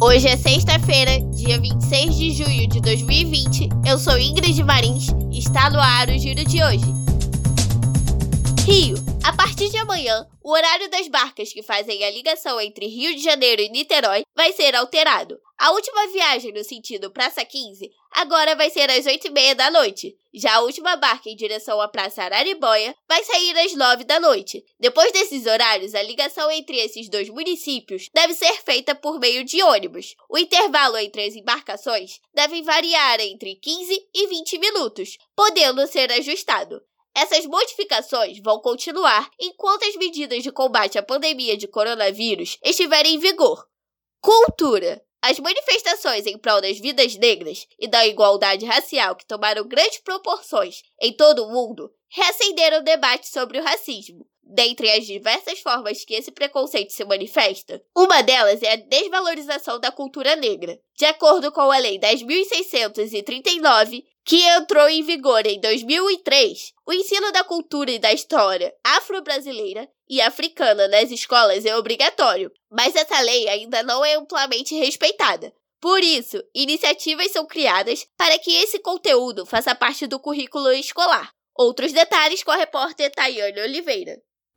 Hoje é sexta-feira, dia 26 de junho de 2020. Eu sou Ingrid Marins e está no ar o Giro de hoje. Rio. A partir de amanhã, o horário das barcas que fazem a ligação entre Rio de Janeiro e Niterói vai ser alterado. A última viagem no sentido Praça 15 agora vai ser às 8h30 da noite. Já a última barca em direção à Praça Araribóia vai sair às 9 da noite. Depois desses horários, a ligação entre esses dois municípios deve ser feita por meio de ônibus. O intervalo entre as embarcações deve variar entre 15 e 20 minutos, podendo ser ajustado. Essas modificações vão continuar enquanto as medidas de combate à pandemia de coronavírus estiverem em vigor. Cultura. As manifestações em prol das vidas negras e da igualdade racial que tomaram grandes proporções em todo o mundo reacenderam o debate sobre o racismo. Dentre as diversas formas que esse preconceito se manifesta, uma delas é a desvalorização da cultura negra. De acordo com a Lei 10.639, que entrou em vigor em 2003, o ensino da cultura e da história afro-brasileira e africana nas escolas é obrigatório, mas essa lei ainda não é amplamente respeitada. Por isso, iniciativas são criadas para que esse conteúdo faça parte do currículo escolar. Outros detalhes com a repórter Tayane Oliveira.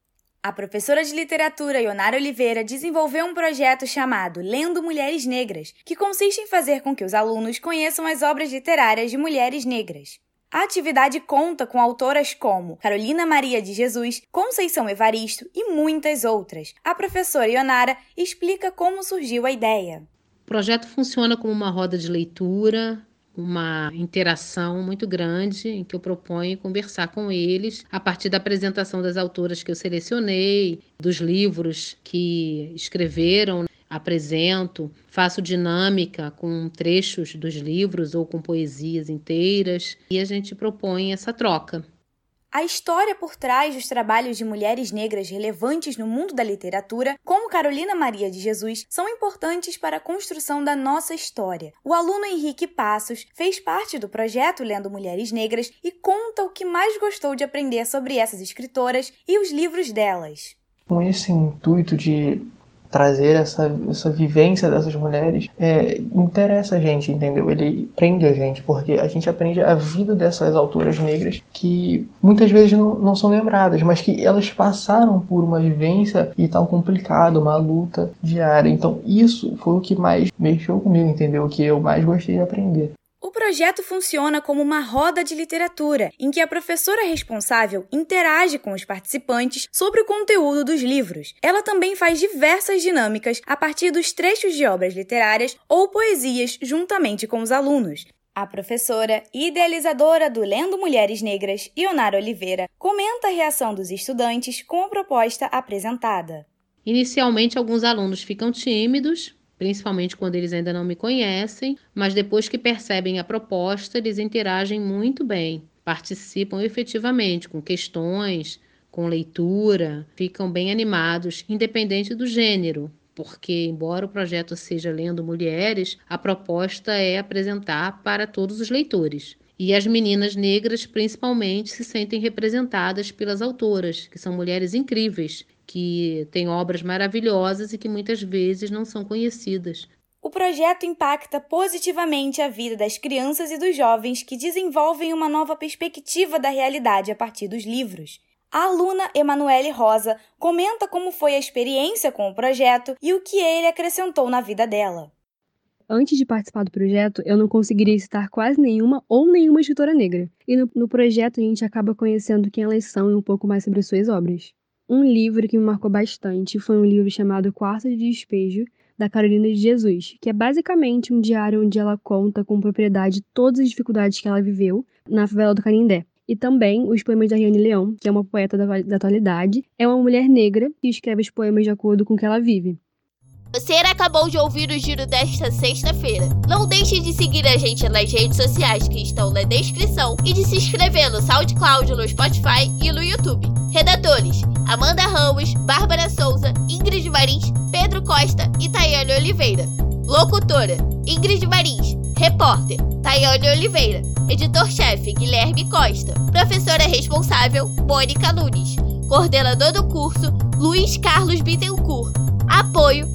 A professora de literatura Ionara Oliveira desenvolveu um projeto chamado Lendo Mulheres Negras, que consiste em fazer com que os alunos conheçam as obras literárias de mulheres negras. A atividade conta com autoras como Carolina Maria de Jesus, Conceição Evaristo e muitas outras. A professora Ionara explica como surgiu a ideia. O projeto funciona como uma roda de leitura, uma interação muito grande em que eu proponho conversar com eles a partir da apresentação das autoras que eu selecionei, dos livros que escreveram, apresento, faço dinâmica com trechos dos livros ou com poesias inteiras e a gente propõe essa troca. A história por trás dos trabalhos de mulheres negras relevantes no mundo da literatura, como Carolina Maria de Jesus, são importantes para a construção da nossa história. O aluno Henrique Passos fez parte do projeto Lendo Mulheres Negras e conta o que mais gostou de aprender sobre essas escritoras e os livros delas. Com esse intuito de trazer essa vivência dessas mulheres, interessa a gente, entendeu? Ele prende a gente, porque a gente aprende a vida dessas autoras negras que muitas vezes não são lembradas, mas que elas passaram por uma vivência e tão complicada, uma luta diária. Então isso foi o que mais mexeu comigo, entendeu? O que eu mais gostei de aprender. O projeto funciona como uma roda de literatura, em que a professora responsável interage com os participantes sobre o conteúdo dos livros. Ela também faz diversas dinâmicas a partir dos trechos de obras literárias ou poesias juntamente com os alunos. A professora e idealizadora do Lendo Mulheres Negras, Ionara Oliveira, comenta a reação dos estudantes com a proposta apresentada. Inicialmente, alguns alunos ficam tímidos, principalmente quando eles ainda não me conhecem, mas depois que percebem a proposta, eles interagem muito bem, participam efetivamente com questões, com leitura, ficam bem animados, independente do gênero, porque, embora o projeto seja Lendo Mulheres, a proposta é apresentar para todos os leitores. E as meninas negras, principalmente, se sentem representadas pelas autoras, que são mulheres incríveis, que têm obras maravilhosas e que muitas vezes não são conhecidas. O projeto impacta positivamente a vida das crianças e dos jovens que desenvolvem uma nova perspectiva da realidade a partir dos livros. A aluna Emanuele Rosa comenta como foi a experiência com o projeto e o que ele acrescentou na vida dela. Antes de participar do projeto, eu não conseguiria citar quase nenhuma ou nenhuma escritora negra. E no projeto a gente acaba conhecendo quem elas são e um pouco mais sobre suas obras. Um livro que me marcou bastante foi um livro chamado Quarto de Despejo, da Carolina de Jesus, que é basicamente um diário onde ela conta com propriedade todas as dificuldades que ela viveu na favela do Canindé. E também os poemas da Riane Leão, que é uma poeta da atualidade, é uma mulher negra que escreve os poemas de acordo com o que ela vive. Você acabou de ouvir o Giro desta sexta-feira. Não deixe de seguir a gente nas redes sociais que estão na descrição e de se inscrever no SoundCloud, no Spotify e no YouTube. Redatores: Amanda Ramos, Bárbara Souza, Ingrid Marins, Pedro Costa e Tayane Oliveira. Locutora: Ingrid Marins. Repórter: Tayane Oliveira. Editor-chefe: Guilherme Costa. Professora responsável: Mônica Nunes. Coordenador do curso: Luiz Carlos Bittencourt. Apoio: A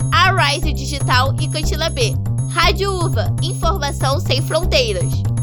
Mais o Digital e Cantila B. Rádio UVA, informação sem fronteiras.